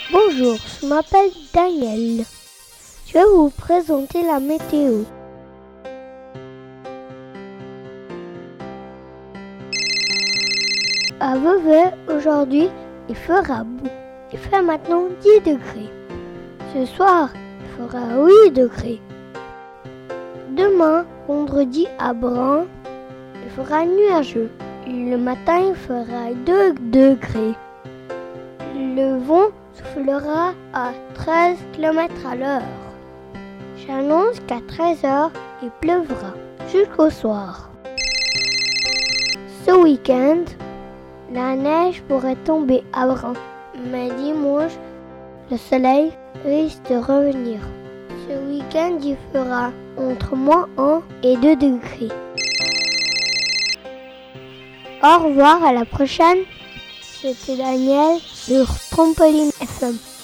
Bonjour, je m'appelle Daniel. Je vais vous présenter la météo. À Vevey, aujourd'hui, il fera beau. Il fait maintenant 10 degrés. Ce soir, il fera 8 degrés. Demain, vendredi, à Bran, il fera nuageux. Le matin, il fera 2 degrés. Le vent soufflera à 13 km à l'heure. J'annonce qu'à 13h, il pleuvra jusqu'au soir. Ce week-end, la neige pourrait tomber à Bran, mais dimanche, le soleil risque de revenir. Ce week-end, il fera entre -1 et 2 degrés. Au revoir, à la prochaine. C'était Daniel sur Trampoline FM.